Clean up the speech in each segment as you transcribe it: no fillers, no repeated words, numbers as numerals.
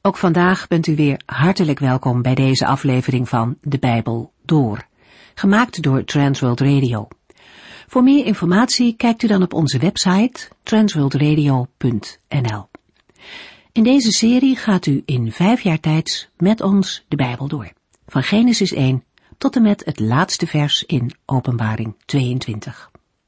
Ook vandaag bent u weer hartelijk welkom bij deze aflevering van De Bijbel Door, gemaakt door Transworld Radio. Voor meer informatie kijkt u dan op onze website transworldradio.nl. In deze serie gaat u in 5 jaar tijd met ons de Bijbel door, van Genesis 1 tot en met het laatste vers in Openbaring 22.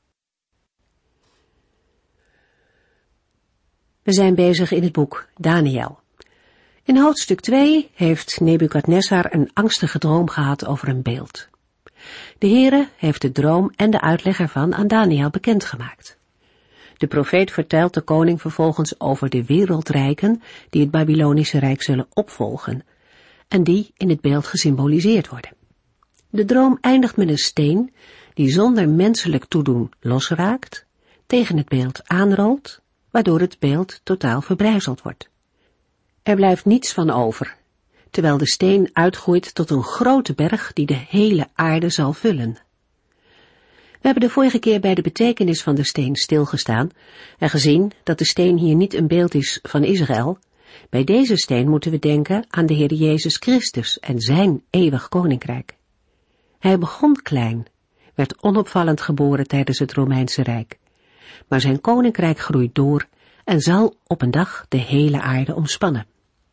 We zijn bezig in het boek Daniël. In hoofdstuk 2 heeft Nebukadnezar een angstige droom gehad over een beeld. De Heere heeft de droom en de uitleg ervan aan Daniël bekendgemaakt. De profeet vertelt de koning vervolgens over de wereldrijken die het Babylonische Rijk zullen opvolgen en die in het beeld gesymboliseerd worden. De droom eindigt met een steen die zonder menselijk toedoen losraakt, tegen het beeld aanrolt, waardoor het beeld totaal verbrijzeld wordt. Er blijft niets van over, terwijl de steen uitgroeit tot een grote berg die de hele aarde zal vullen. We hebben de vorige keer bij de betekenis van de steen stilgestaan en gezien dat de steen hier niet een beeld is van Israël. Bij deze steen moeten we denken aan de Heer Jezus Christus en zijn eeuwig koninkrijk. Hij begon klein, werd onopvallend geboren tijdens het Romeinse Rijk, maar zijn koninkrijk groeit door en zal op een dag de hele aarde omspannen.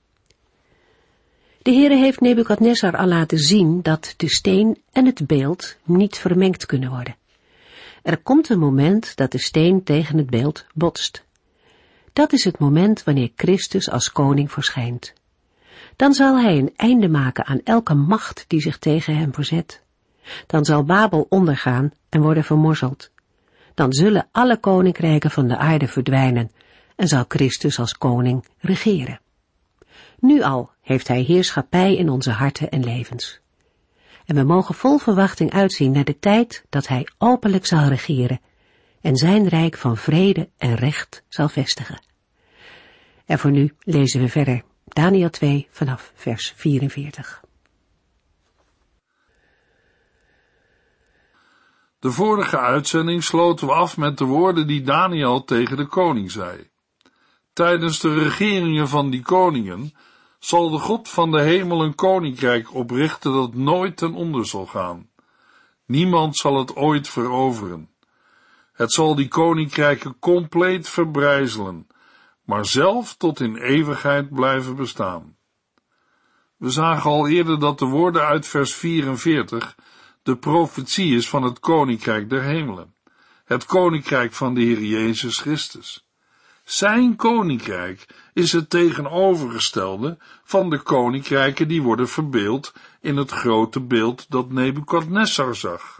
De Heere heeft Nebukadnezar al laten zien dat de steen en het beeld niet vermengd kunnen worden. Er komt een moment dat de steen tegen het beeld botst. Dat is het moment wanneer Christus als koning verschijnt. Dan zal hij een einde maken aan elke macht die zich tegen hem verzet. Dan zal Babel ondergaan en worden vermorzeld. Dan zullen alle koninkrijken van de aarde verdwijnen en zal Christus als koning regeren. Nu al heeft hij heerschappij in onze harten en levens. En we mogen vol verwachting uitzien naar de tijd dat hij openlijk zal regeren en zijn rijk van vrede en recht zal vestigen. En voor nu lezen we verder Daniël 2 vanaf vers 44. De vorige uitzending sloten we af met de woorden die Daniël tegen de koning zei. Tijdens de regeringen van die koningen zal de God van de hemel een koninkrijk oprichten dat nooit ten onder zal gaan. Niemand zal het ooit veroveren. Het zal die koninkrijken compleet verbrijzelen, maar zelf tot in eeuwigheid blijven bestaan. We zagen al eerder dat de woorden uit vers 44 de profetie is van het koninkrijk der hemelen, het koninkrijk van de Heer Jezus Christus. Zijn koninkrijk is het tegenovergestelde van de koninkrijken die worden verbeeld in het grote beeld dat Nebukadnezar zag.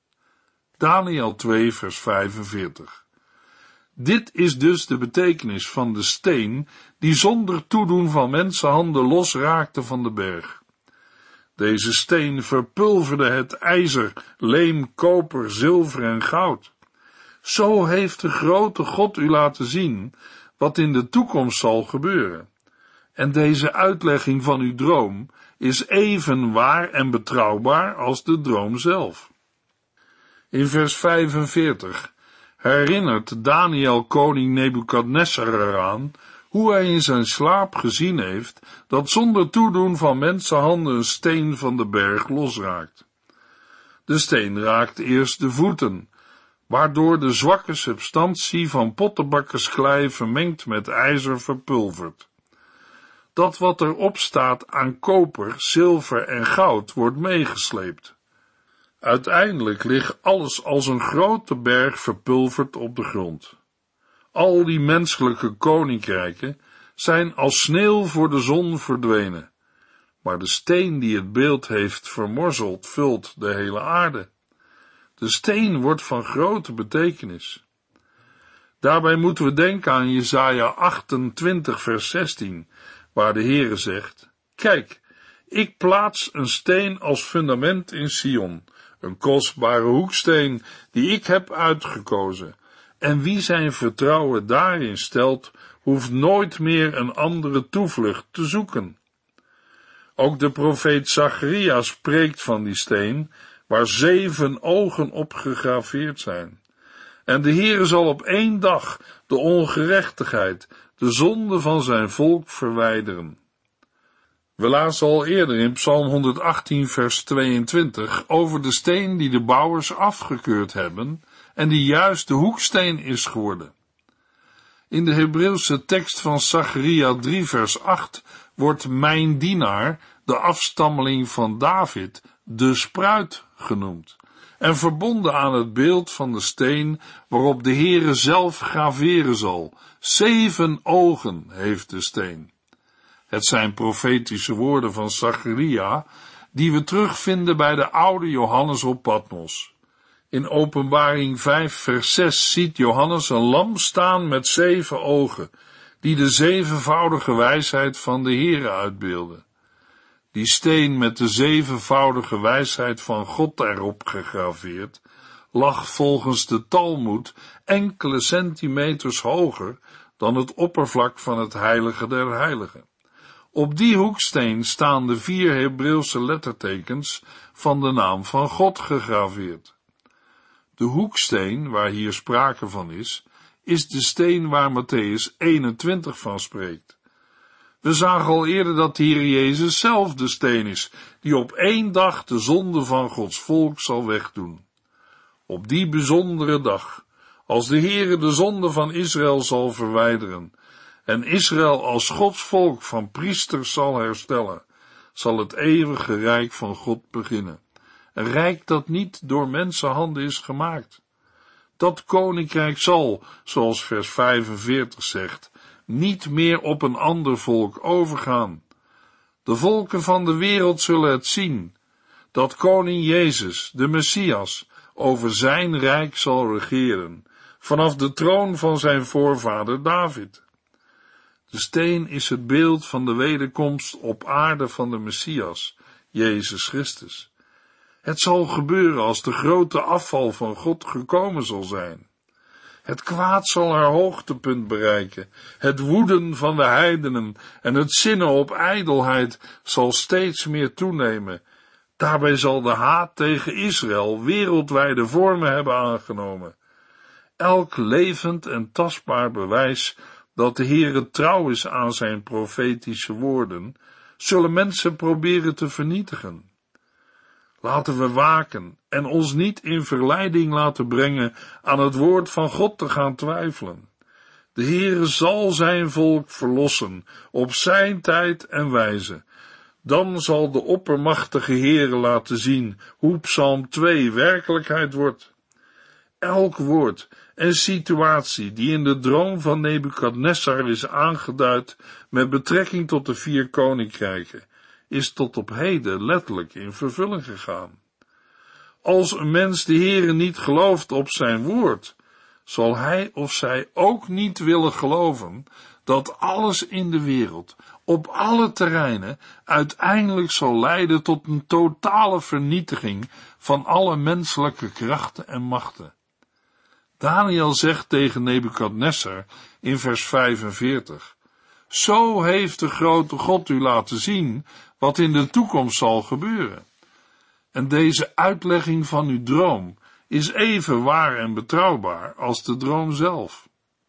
Daniël 2 vers 45. Dit is dus de betekenis van de steen die zonder toedoen van mensenhanden losraakte van de berg. Deze steen verpulverde het ijzer, leem, koper, zilver en goud. Zo heeft de grote God u laten zien wat in de toekomst zal gebeuren. En deze uitlegging van uw droom is even waar en betrouwbaar als de droom zelf. In vers 45 herinnert Daniël koning Nebukadnezar eraan hoe hij in zijn slaap gezien heeft dat zonder toedoen van mensenhanden een steen van de berg losraakt. De steen raakt eerst de voeten, waardoor de zwakke substantie van pottenbakkersklei vermengd met ijzer verpulvert. Dat wat erop staat aan koper, zilver en goud wordt meegesleept. Uiteindelijk ligt alles als een grote berg verpulverd op de grond. Al die menselijke koninkrijken zijn als sneeuw voor de zon verdwenen, maar de steen die het beeld heeft vermorzeld vult de hele aarde. De steen wordt van grote betekenis. Daarbij moeten we denken aan Jesaja 28 vers 16, waar de Heere zegt: Kijk, ik plaats een steen als fundament in Sion, een kostbare hoeksteen die ik heb uitgekozen. En wie zijn vertrouwen daarin stelt, hoeft nooit meer een andere toevlucht te zoeken. Ook de profeet Zacharia spreekt van die steen, waar 7 ogen op gegraveerd zijn. En de Heere zal op 1 dag de ongerechtigheid, de zonde van zijn volk verwijderen. We lazen al eerder in Psalm 118 vers 22 over de steen die de bouwers afgekeurd hebben en die juist de hoeksteen is geworden. In de Hebreeuwse tekst van Zacharia 3 vers 8 wordt mijn dienaar, de afstammeling van David, de spruit genoemd en verbonden aan het beeld van de steen waarop de Heere zelf graveren zal. 7 ogen heeft de steen. Het zijn profetische woorden van Zacharia, die we terugvinden bij de oude Johannes op Patmos. In Openbaring 5 vers 6 ziet Johannes een lam staan met 7 ogen, die de zevenvoudige wijsheid van de Heere uitbeelden. Die steen met de zevenvoudige wijsheid van God erop gegraveerd, lag volgens de Talmoed enkele centimeters hoger dan het oppervlak van het heilige der heiligen. Op die hoeksteen staan de 4 Hebreeuwse lettertekens van de naam van God gegraveerd. De hoeksteen, waar hier sprake van is de steen waar Mattheüs 21 van spreekt. We zagen al eerder dat de Heer Jezus zelf de steen is, die op 1 dag de zonde van Gods volk zal wegdoen. Op die bijzondere dag, als de Heere de zonde van Israël zal verwijderen, en Israël als Gods volk van priesters zal herstellen, zal het eeuwige rijk van God beginnen. Een rijk dat niet door mensenhanden is gemaakt. Dat koninkrijk zal, zoals vers 45 zegt, niet meer op een ander volk overgaan. De volken van de wereld zullen het zien, dat koning Jezus, de Messias, over zijn rijk zal regeren, vanaf de troon van zijn voorvader David. De steen is het beeld van de wederkomst op aarde van de Messias, Jezus Christus. Het zal gebeuren als de grote afval van God gekomen zal zijn. Het kwaad zal haar hoogtepunt bereiken, het woeden van de heidenen en het zinnen op ijdelheid zal steeds meer toenemen. Daarbij zal de haat tegen Israël wereldwijde vormen hebben aangenomen. Elk levend en tastbaar bewijs dat de Heere trouw is aan zijn profetische woorden, zullen mensen proberen te vernietigen. Laten we waken en ons niet in verleiding laten brengen aan het woord van God te gaan twijfelen. De Heere zal zijn volk verlossen op zijn tijd en wijze. Dan zal de oppermachtige Heere laten zien hoe Psalm 2 werkelijkheid wordt. Elk woord en situatie die in de droom van Nebukadnessar is aangeduid met betrekking tot de 4 koninkrijken, is tot op heden letterlijk in vervulling gegaan. Als een mens de Heere niet gelooft op zijn woord, zal hij of zij ook niet willen geloven dat alles in de wereld, op alle terreinen, uiteindelijk zal leiden tot een totale vernietiging van alle menselijke krachten en machten. Daniel zegt tegen Nebukadnessar in vers 45, zo heeft de grote God u laten zien wat in de toekomst zal gebeuren. En deze uitlegging van uw droom is even waar en betrouwbaar als de droom zelf.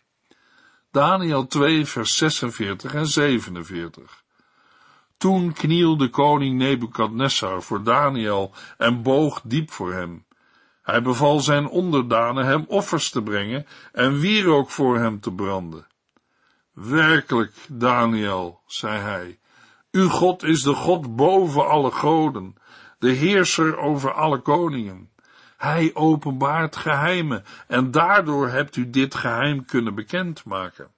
Daniel 2 vers 46 en 47. Toen knielde koning Nebukadnessar voor Daniel en boog diep voor hem. Hij beval zijn onderdanen hem offers te brengen en wierook voor hem te branden. Werkelijk, Daniel, zei hij, uw God is de God boven alle goden, de heerser over alle koningen. Hij openbaart geheimen en daardoor hebt u dit geheim kunnen bekendmaken.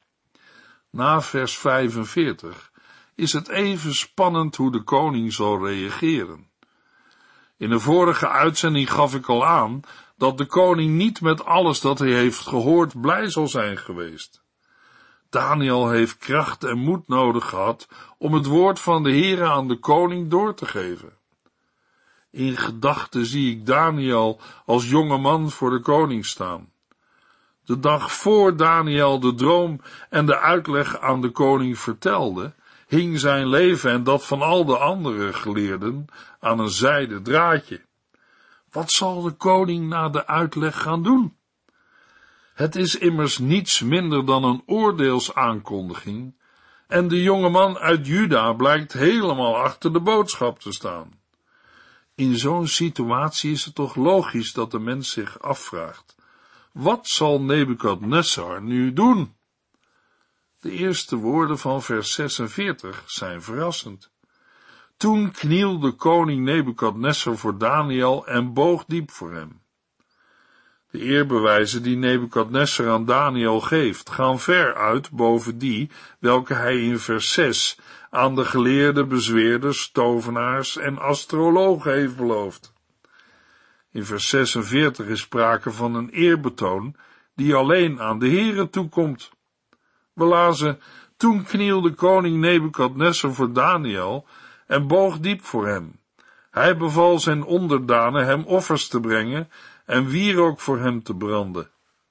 Na vers 45 is het even spannend hoe de koning zal reageren. In de vorige uitzending gaf ik al aan dat de koning niet met alles dat hij heeft gehoord blij zal zijn geweest. Daniel heeft kracht en moed nodig gehad om het woord van de Heere aan de koning door te geven. In gedachten zie ik Daniel als jonge man voor de koning staan. De dag voor Daniel de droom en de uitleg aan de koning vertelde, hing zijn leven en dat van al de andere geleerden aan een zijden draadje. Wat zal de koning na de uitleg gaan doen? Het is immers niets minder dan een oordeelsaankondiging, En de jonge man uit Juda blijkt helemaal achter de boodschap te staan. In zo'n situatie is het toch logisch dat de mens zich afvraagt: wat zal Nebukadnessar nu doen? De eerste woorden van vers 46 zijn verrassend. Toen knielde koning Nebukadnessar voor Daniel en boog diep voor hem. De eerbewijzen die Nebukadnessar aan Daniel geeft, gaan ver uit boven die welke hij in vers 6 aan de geleerde bezweerders, tovenaars en astrologen heeft beloofd. In vers 46 is sprake van een eerbetoon die alleen aan de Heere toekomt. We lazen: toen knielde koning Nebukadnessar voor Daniel en boog diep voor hem. Hij beval zijn onderdanen hem offers te brengen en wierook voor hem te branden.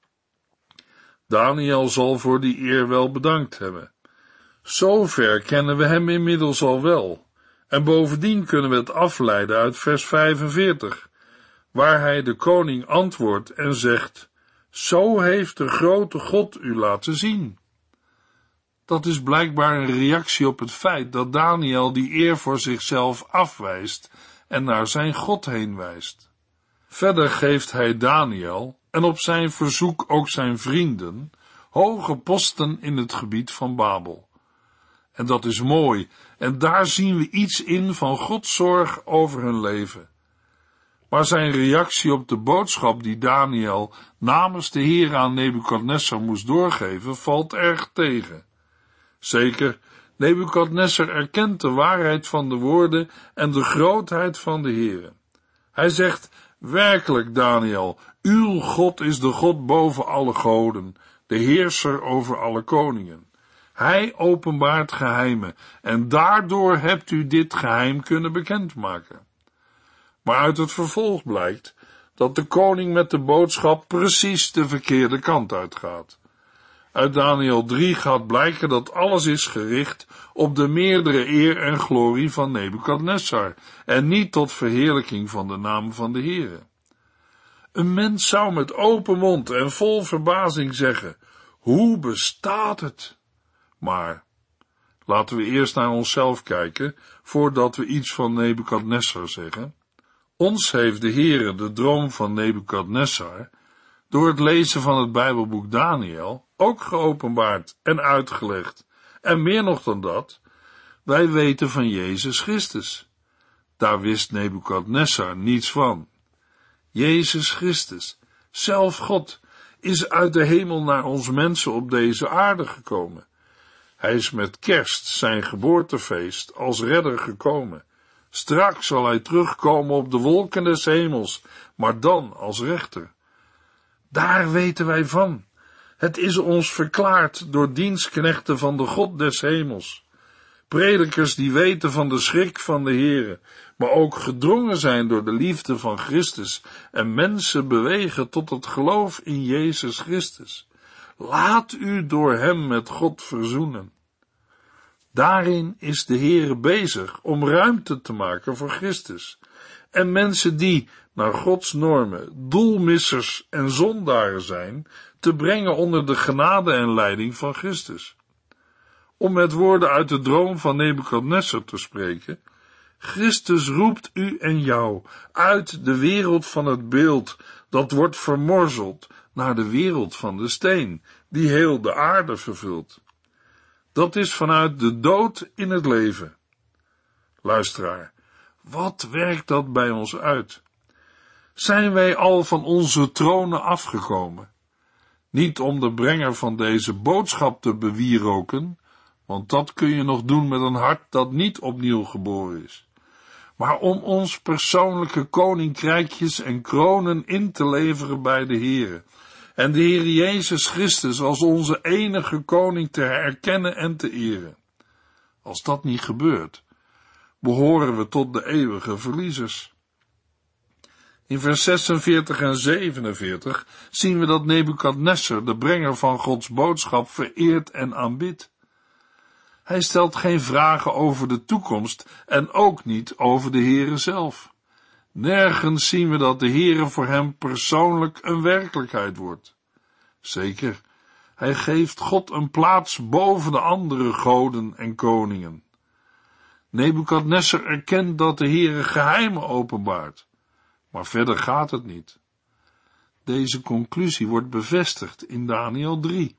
Daniel zal voor die eer wel bedankt hebben. Zover kennen we hem inmiddels al wel, en bovendien kunnen we het afleiden uit vers 45, waar hij de koning antwoordt en zegt: zo heeft de grote God u laten zien. Dat is blijkbaar een reactie op het feit dat Daniel die eer voor zichzelf afwijst en naar zijn God heen wijst. Verder geeft hij Daniel, en op zijn verzoek ook zijn vrienden, hoge posten in het gebied van Babel. En dat is mooi, en daar zien we iets in van Gods zorg over hun leven. Maar zijn reactie op de boodschap die Daniel namens de Heer aan Nebukadnessar moest doorgeven, valt erg tegen. Zeker, Nebukadnessar erkent de waarheid van de woorden en de grootheid van de Heere. Hij zegt: werkelijk, Daniel, uw God is de God boven alle goden, de heerser over alle koningen. Hij openbaart geheimen en daardoor hebt u dit geheim kunnen bekendmaken. Maar uit het vervolg blijkt dat de koning met de boodschap precies de verkeerde kant uitgaat. Uit Daniel 3 gaat blijken dat alles is gericht op de meerdere eer en glorie van Nebukadnessar en niet tot verheerlijking van de naam van de Heere. Een mens zou met open mond en vol verbazing zeggen: hoe bestaat het? Maar laten we eerst naar onszelf kijken voordat we iets van Nebukadnessar zeggen. Ons heeft de Heere de droom van Nebukadnessar door het lezen van het Bijbelboek Daniel ook geopenbaard en uitgelegd. En meer nog dan dat, wij weten van Jezus Christus. Daar wist Nebukadnessar niets van. Jezus Christus, zelf God, is uit de hemel naar ons mensen op deze aarde gekomen. Hij is met Kerst, zijn geboortefeest, als redder gekomen. Straks zal hij terugkomen op de wolken des hemels, maar dan als rechter. Daar weten wij van. Het is ons verklaard door dienstknechten van de God des hemels. Predikers die weten van de schrik van de Heere, maar ook gedrongen zijn door de liefde van Christus en mensen bewegen tot het geloof in Jezus Christus. Laat u door hem met God verzoenen. Daarin is de Heere bezig om ruimte te maken voor Christus en mensen die, naar Gods normen, doelmissers en zondaren zijn, te brengen onder de genade en leiding van Christus. Om met woorden uit de droom van Nebukadnessar te spreken: Christus roept u en jou uit de wereld van het beeld dat wordt vermorzeld naar de wereld van de steen, die heel de aarde vervult. Dat is vanuit de dood in het leven. Luisteraar, wat werkt dat bij ons uit? Zijn wij al van onze tronen afgekomen? Niet om de brenger van deze boodschap te bewieroken, want dat kun je nog doen met een hart dat niet opnieuw geboren is, maar om ons persoonlijke koninkrijkjes en kronen in te leveren bij de Heere, en de Heer Jezus Christus als onze enige koning te erkennen en te eren. Als dat niet gebeurt, behoren we tot de eeuwige verliezers. In vers 46 en 47 zien we dat Nebukadnessar, de brenger van Gods boodschap, vereert en aanbidt. Hij stelt geen vragen over de toekomst en ook niet over de Heere zelf. Nergens zien we dat de Heere voor hem persoonlijk een werkelijkheid wordt. Zeker, Hij geeft God een plaats boven de andere goden en koningen. Nebukadnessar erkent dat de Heere geheimen openbaart, maar verder gaat het niet. Deze conclusie wordt bevestigd in Daniël 3.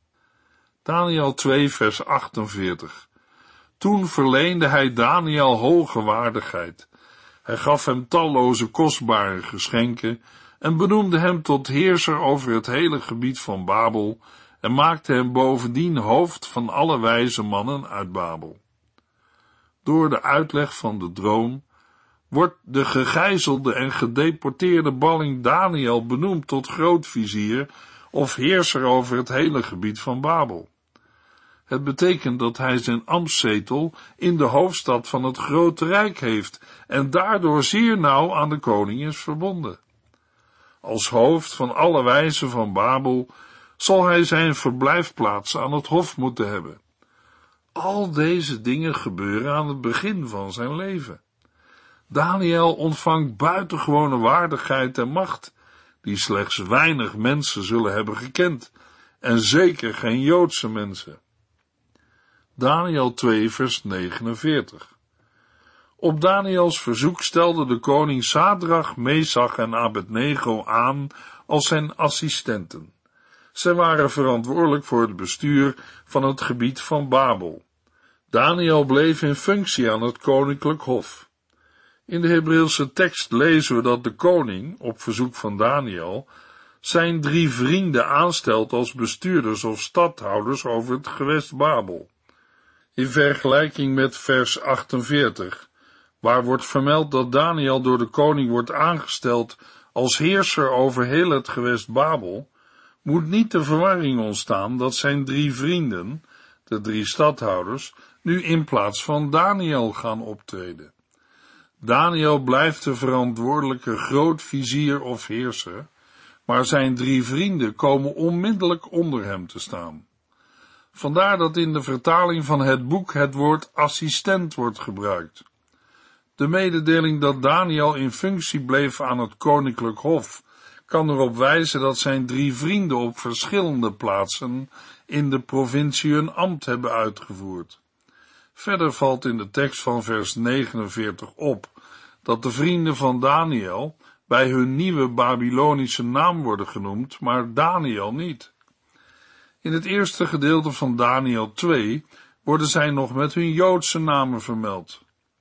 Daniël 2 vers 48. Toen verleende hij Daniël hoge waardigheid. Hij gaf hem talloze kostbare geschenken en benoemde hem tot heerser over het hele gebied van Babel en maakte hem bovendien hoofd van alle wijze mannen uit Babel. Door de uitleg van de droom wordt de gegijzelde en gedeporteerde balling Daniël benoemd tot grootvizier of heerser over het hele gebied van Babel. Het betekent dat hij zijn ambtszetel in de hoofdstad van het grote rijk heeft en daardoor zeer nauw aan de koning is verbonden. Als hoofd van alle wijzen van Babel zal hij zijn verblijfplaats aan het hof moeten hebben. Al deze dingen gebeuren aan het begin van zijn leven. Daniël ontvangt buitengewone waardigheid en macht, die slechts weinig mensen zullen hebben gekend, en zeker geen Joodse mensen. Daniël 2 vers 49. Op Daniëls verzoek stelde de koning Sadrach, Mesach en Abednego aan als zijn assistenten. Zij waren verantwoordelijk voor het bestuur van het gebied van Babel. Daniël bleef in functie aan het koninklijk hof. In de Hebreeuwse tekst lezen we dat de koning, op verzoek van Daniël, zijn 3 vrienden aanstelt als bestuurders of stadhouders over het gewest Babel. In vergelijking met vers 48, waar wordt vermeld dat Daniël door de koning wordt aangesteld als heerser over heel het gewest Babel, moet niet de verwarring ontstaan dat zijn 3 vrienden, de 3 stadhouders, nu in plaats van Daniël gaan optreden. Daniël blijft de verantwoordelijke grootvizier of heerser, maar zijn 3 vrienden komen onmiddellijk onder hem te staan. Vandaar dat in de vertaling van het boek het woord assistent wordt gebruikt. De mededeling dat Daniël in functie bleef aan het koninklijk hof kan erop wijzen dat zijn 3 vrienden op verschillende plaatsen in de provincie hun ambt hebben uitgevoerd. Verder valt in de tekst van vers 49 op dat de vrienden van Daniël bij hun nieuwe Babylonische naam worden genoemd, maar Daniël niet. In het eerste gedeelte van Daniël 2 worden zij nog met hun Joodse namen vermeld.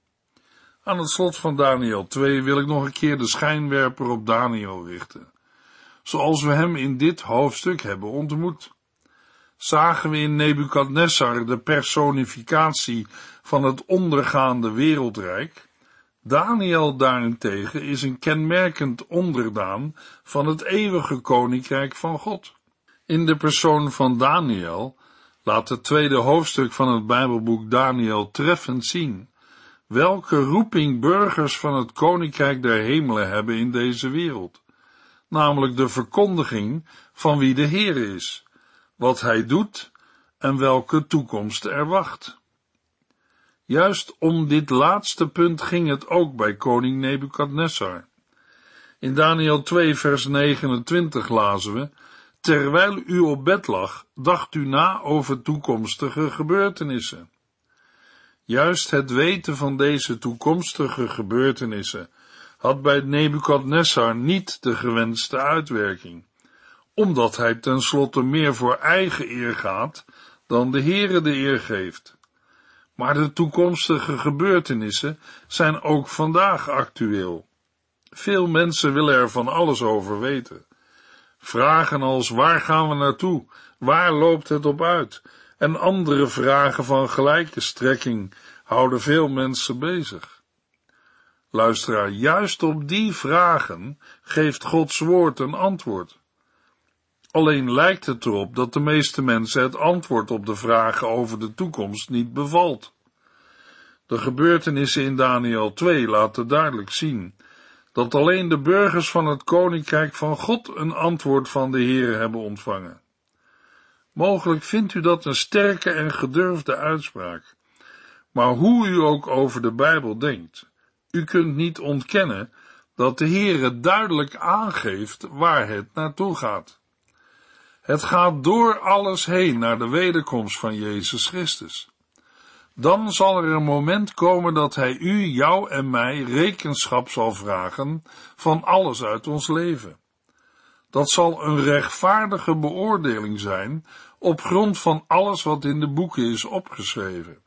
Aan het slot van Daniël 2 wil ik nog een keer de schijnwerper op Daniël richten, zoals we hem in dit hoofdstuk hebben ontmoet. Zagen we in Nebukadnessar de personificatie van het ondergaande wereldrijk, Daniël daarentegen is een kenmerkend onderdaan van het eeuwige koninkrijk van God. In de persoon van Daniël laat het tweede hoofdstuk van het Bijbelboek Daniël treffend zien welke roeping burgers van het koninkrijk der hemelen hebben in deze wereld, namelijk de verkondiging van wie de Heer is, wat hij doet en welke toekomst er wacht. Juist om dit laatste punt ging het ook bij koning Nebukadnessar. In Daniël 2 vers 29 lazen we: terwijl u op bed lag, dacht u na over toekomstige gebeurtenissen. Juist het weten van deze toekomstige gebeurtenissen had bij Nebukadnessar niet de gewenste uitwerking, omdat hij tenslotte meer voor eigen eer gaat dan de Heere de eer geeft. Maar de toekomstige gebeurtenissen zijn ook vandaag actueel. Veel mensen willen er van alles over weten. Vragen als: waar gaan we naartoe? Waar loopt het op uit? En andere vragen van gelijke strekking houden veel mensen bezig. Luisteraar, juist op die vragen geeft Gods woord een antwoord. Alleen lijkt het erop dat de meeste mensen het antwoord op de vragen over de toekomst niet bevalt. De gebeurtenissen in Daniël 2 laten duidelijk zien dat alleen de burgers van het koninkrijk van God een antwoord van de Heere hebben ontvangen. Mogelijk vindt u dat een sterke en gedurfde uitspraak, maar hoe u ook over de Bijbel denkt, u kunt niet ontkennen dat de Heere duidelijk aangeeft waar het naartoe gaat. Het gaat door alles heen naar de wederkomst van Jezus Christus. Dan zal er een moment komen dat hij u, jou en mij rekenschap zal vragen van alles uit ons leven. Dat zal een rechtvaardige beoordeling zijn op grond van alles wat in de boeken is opgeschreven.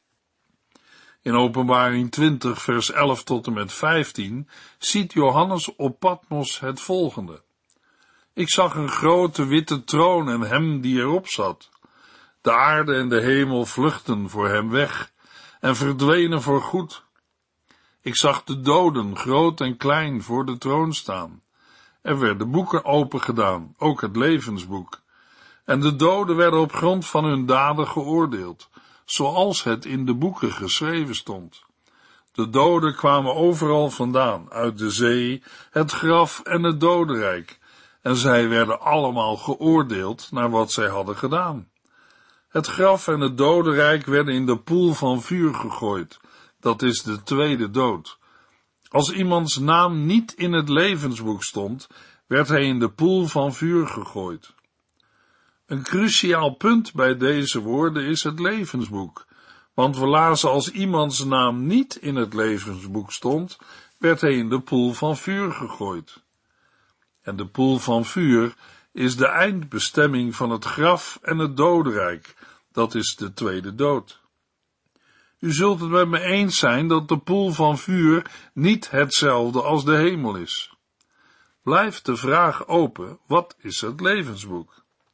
In Openbaring 20 vers 11 tot en met 15 ziet Johannes op Patmos het volgende. Ik zag een grote witte troon en hem die erop zat. De aarde en de hemel vluchtten voor hem weg en verdwenen voorgoed. Ik zag de doden, groot en klein, voor de troon staan. Er werden boeken opengedaan, ook het levensboek. En de doden werden op grond van hun daden geoordeeld, zoals het in de boeken geschreven stond. De doden kwamen overal vandaan, uit de zee, het graf en het dodenrijk, en zij werden allemaal geoordeeld naar wat zij hadden gedaan. Het graf en het dodenrijk werden in de poel van vuur gegooid, dat is de tweede dood. Als iemands naam niet in het levensboek stond, werd hij in de poel van vuur gegooid. Een cruciaal punt bij deze woorden is het levensboek, want we lazen als iemands naam niet in het levensboek stond, werd hij in de poel van vuur gegooid. En de poel van vuur is de eindbestemming van het graf en het dodenrijk, dat is de tweede dood. U zult het met me eens zijn dat de poel van vuur niet hetzelfde als de hemel is. Blijft de vraag open, wat is het levensboek?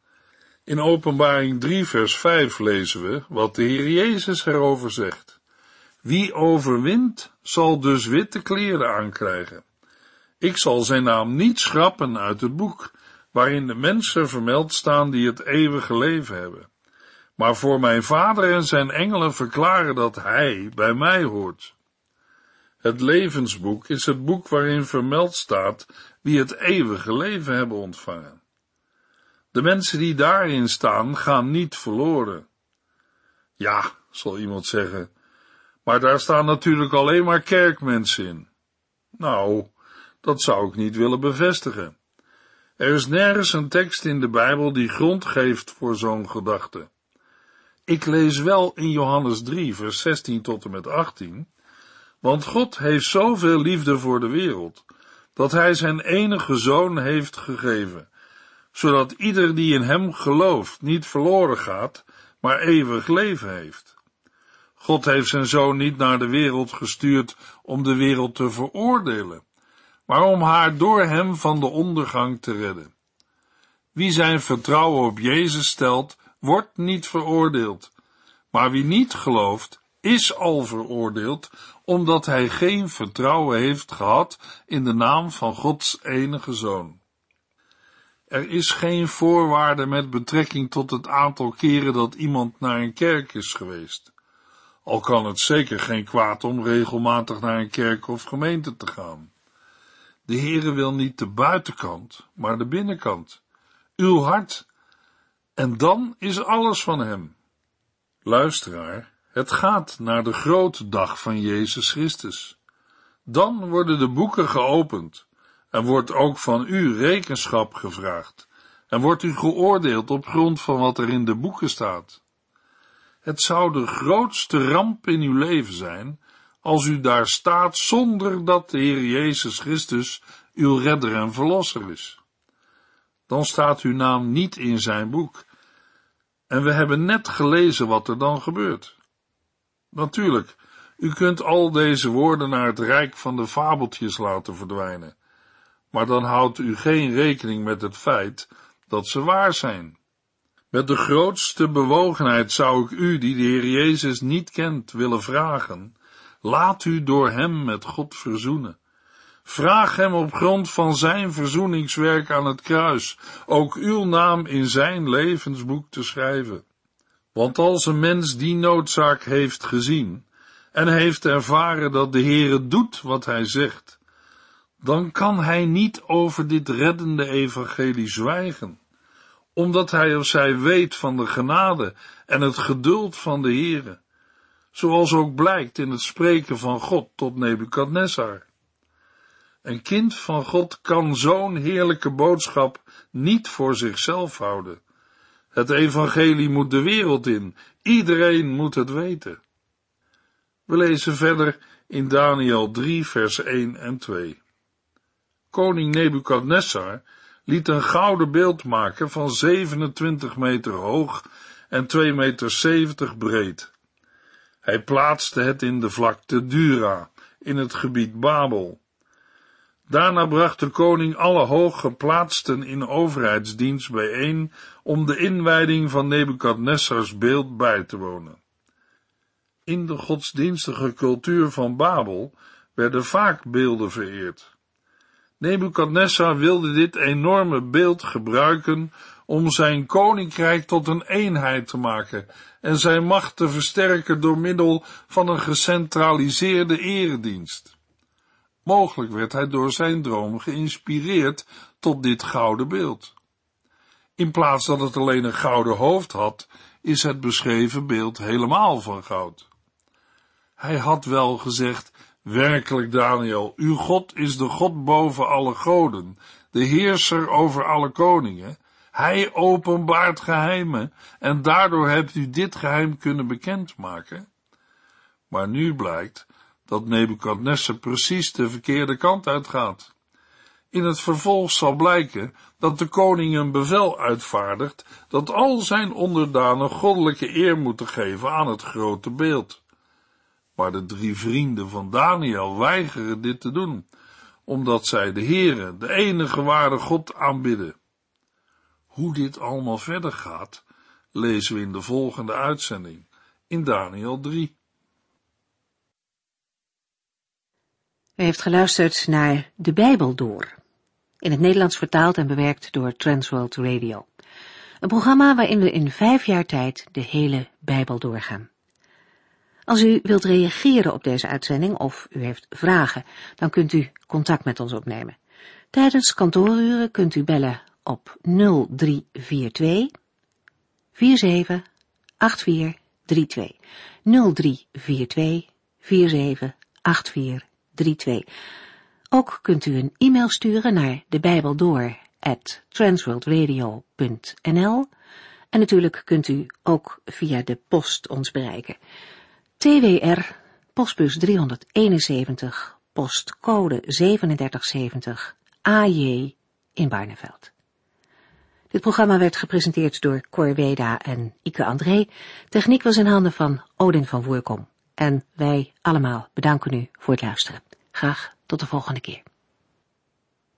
In Openbaring 3 vers 5 lezen we wat de Heer Jezus erover zegt. Wie overwint, zal dus witte kleren aankrijgen. Ik zal zijn naam niet schrappen uit het boek, waarin de mensen vermeld staan die het eeuwige leven hebben. Maar voor mijn Vader en zijn engelen verklaren dat hij bij mij hoort. Het levensboek is het boek waarin vermeld staat wie het eeuwige leven hebben ontvangen. De mensen die daarin staan gaan niet verloren. Ja, zal iemand zeggen, maar daar staan natuurlijk alleen maar kerkmensen in. Nou, dat zou ik niet willen bevestigen. Er is nergens een tekst in de Bijbel die grond geeft voor zo'n gedachte. Ik lees wel in Johannes 3, vers 16 tot en met 18, want God heeft zoveel liefde voor de wereld, dat hij zijn enige zoon heeft gegeven, zodat ieder die in hem gelooft niet verloren gaat, maar eeuwig leven heeft. God heeft zijn zoon niet naar de wereld gestuurd om de wereld te veroordelen, maar om haar door hem van de ondergang te redden. Wie zijn vertrouwen op Jezus stelt, wordt niet veroordeeld, maar wie niet gelooft, is al veroordeeld, omdat hij geen vertrouwen heeft gehad in de naam van Gods enige Zoon. Er is geen voorwaarde met betrekking tot het aantal keren dat iemand naar een kerk is geweest. Al kan het zeker geen kwaad om regelmatig naar een kerk of gemeente te gaan. De Heere wil niet de buitenkant, maar de binnenkant, uw hart, en dan is alles van hem. Luisteraar, het gaat naar de grote dag van Jezus Christus. Dan worden de boeken geopend en wordt ook van u rekenschap gevraagd en wordt u geoordeeld op grond van wat er in de boeken staat. Het zou de grootste ramp in uw leven zijn als u daar staat zonder dat de Heer Jezus Christus uw redder en verlosser is. Dan staat uw naam niet in zijn boek. En we hebben net gelezen wat er dan gebeurt. Natuurlijk, u kunt al deze woorden naar het rijk van de fabeltjes laten verdwijnen, maar dan houdt u geen rekening met het feit dat ze waar zijn. Met de grootste bewogenheid zou ik u, die de Heer Jezus niet kent, willen vragen, laat u door hem met God verzoenen. Vraag hem op grond van zijn verzoeningswerk aan het kruis ook uw naam in zijn levensboek te schrijven. Want als een mens die noodzaak heeft gezien en heeft ervaren dat de Heere doet wat hij zegt, dan kan hij niet over dit reddende evangelie zwijgen, omdat hij of zij weet van de genade en het geduld van de Heere, zoals ook blijkt in het spreken van God tot Nebukadnessar. Een kind van God kan zo'n heerlijke boodschap niet voor zichzelf houden. Het evangelie moet de wereld in. Iedereen moet het weten. We lezen verder in Daniël 3 vers 1 en 2. Koning Nebukadnessar liet een gouden beeld maken van 27 meter hoog en 2,70 meter breed. Hij plaatste het in de vlakte Dura, in het gebied Babel. Daarna bracht de koning alle hooggeplaatsten in overheidsdienst bijeen om de inwijding van Nebukadnessars beeld bij te wonen. In de godsdienstige cultuur van Babel werden vaak beelden vereerd. Nebukadnessar wilde dit enorme beeld gebruiken om zijn koninkrijk tot een eenheid te maken en zijn macht te versterken door middel van een gecentraliseerde eredienst. Mogelijk werd hij door zijn droom geïnspireerd tot dit gouden beeld. In plaats dat het alleen een gouden hoofd had, is het beschreven beeld helemaal van goud. Hij had wel gezegd: werkelijk Daniel, uw God is de God boven alle goden, de heerser over alle koningen. Hij openbaart geheimen en daardoor hebt u dit geheim kunnen bekendmaken. Maar nu blijkt dat Nebukadnessar precies de verkeerde kant uitgaat. In het vervolg zal blijken dat de koning een bevel uitvaardigt dat al zijn onderdanen goddelijke eer moeten geven aan het grote beeld. Maar de 3 vrienden van Daniël weigeren dit te doen, omdat zij de Heere, de enige ware God, aanbidden. Hoe dit allemaal verder gaat, lezen we in de volgende uitzending, in Daniël 3. U heeft geluisterd naar De Bijbel Door, in het Nederlands vertaald en bewerkt door Transworld Radio. Een programma waarin we in 5 jaar tijd de hele Bijbel doorgaan. Als u wilt reageren op deze uitzending of u heeft vragen, dan kunt u contact met ons opnemen. Tijdens kantooruren kunt u bellen op 0342 478432. 0342 478432. Ook kunt u een e-mail sturen naar debijbeldoor@transworldradio.nl en natuurlijk kunt u ook via de post ons bereiken. TWR, postbus 371, postcode 3770, AJ in Barneveld. Dit programma werd gepresenteerd door Cor Weda en Ike André. Techniek was in handen van Odin van Voerkom. En wij allemaal bedanken u voor het luisteren. Graag tot de volgende keer.